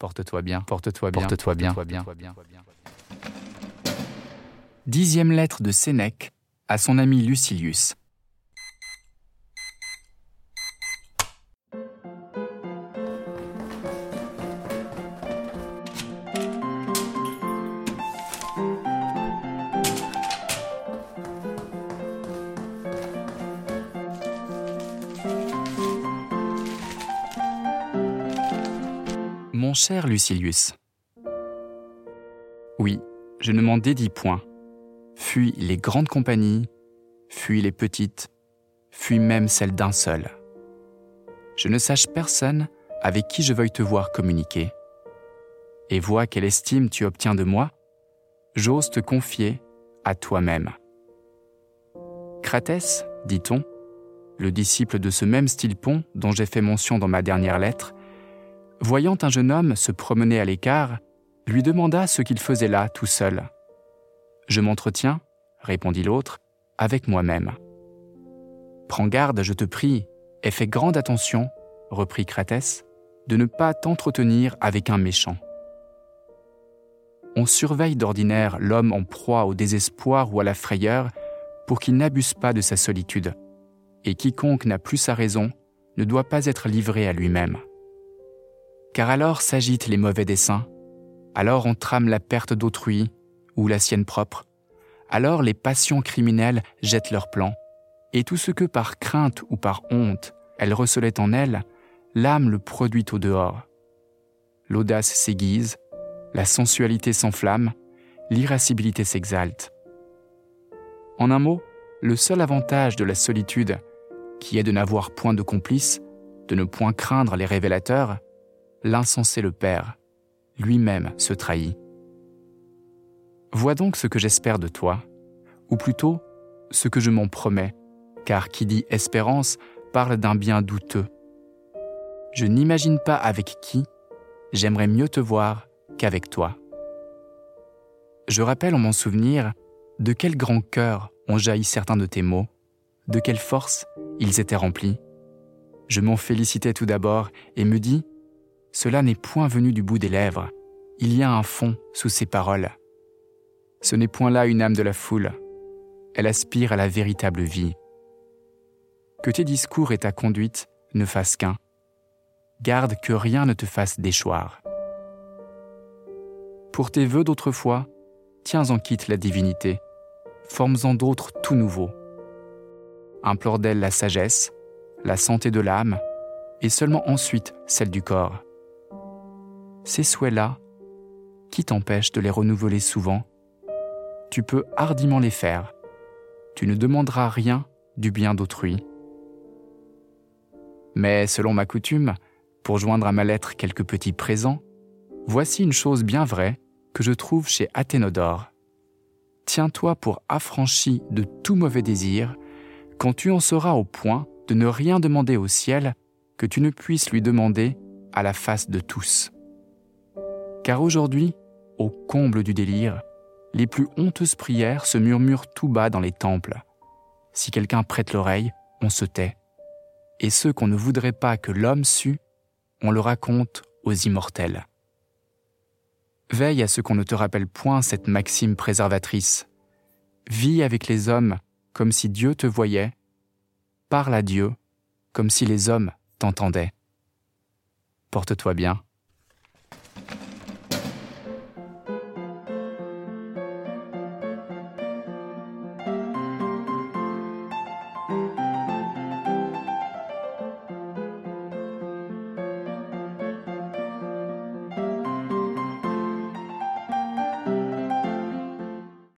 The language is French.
Porte-toi bien, porte-toi bien, Porte-toi bien. porte-toi bien. 10e lettre de Sénèque à son ami Lucilius. Mon cher Lucilius, oui, je ne m'en dédie point. Fuis les grandes compagnies, fuis les petites, fuis même celles d'un seul. Je ne sache personne avec qui je veuille te voir communiquer. Et vois quelle estime tu obtiens de moi, j'ose te confier à toi-même. Cratès, dit-on, le disciple de ce même Stilpon dont j'ai fait mention dans ma dernière lettre, voyant un jeune homme se promener à l'écart, lui demanda ce qu'il faisait là tout seul. « Je m'entretiens, répondit l'autre, avec moi-même. »« Prends garde, je te prie, et fais grande attention, reprit Cratès, de ne pas t'entretenir avec un méchant. On surveille d'ordinaire l'homme en proie au désespoir ou à la frayeur pour qu'il n'abuse pas de sa solitude, et quiconque n'a plus sa raison ne doit pas être livré à lui-même. Car alors s'agitent les mauvais desseins, alors on trame la perte d'autrui ou la sienne propre, alors les passions criminelles jettent leurs plans, et tout ce que par crainte ou par honte elles recelaient en elles, l'âme le produit au dehors. L'audace s'aiguise, la sensualité s'enflamme, l'irascibilité s'exalte. En un mot, le seul avantage de la solitude, qui est de n'avoir point de complice, de ne point craindre les révélateurs, l'insensé le perd, lui-même se trahit. Vois donc ce que j'espère de toi, ou plutôt ce que je m'en promets, car qui dit espérance parle d'un bien douteux. Je n'imagine pas avec qui, j'aimerais mieux te voir qu'avec toi. Je rappelle en mon souvenir de quel grand cœur ont jailli certains de tes mots, de quelle force ils étaient remplis. Je m'en félicitais tout d'abord et me dis, cela n'est point venu du bout des lèvres, il y a un fond sous ces paroles. Ce n'est point là une âme de la foule, elle aspire à la véritable vie. Que tes discours et ta conduite ne fassent qu'un. Garde que rien ne te fasse déchoir. Pour tes vœux d'autrefois, tiens en quitte la divinité, formes-en d'autres tout nouveaux. Implore d'elle la sagesse, la santé de l'âme, et seulement ensuite celle du corps. Ces souhaits-là, qui t'empêche de les renouveler souvent? Tu peux hardiment les faire. Tu ne demanderas rien du bien d'autrui. Mais selon ma coutume, pour joindre à ma lettre quelques petits présents, voici une chose bien vraie que je trouve chez Athénodore. Tiens-toi pour affranchi de tout mauvais désir, quand tu en seras au point de ne rien demander au ciel que tu ne puisses lui demander à la face de tous. Car aujourd'hui, au comble du délire, les plus honteuses prières se murmurent tout bas dans les temples. Si quelqu'un prête l'oreille, on se tait. Et ceux qu'on ne voudrait pas que l'homme sût, on le raconte aux immortels. Veille à ce qu'on ne te rappelle point cette maxime préservatrice. Vis avec les hommes comme si Dieu te voyait. Parle à Dieu comme si les hommes t'entendaient. Porte-toi bien.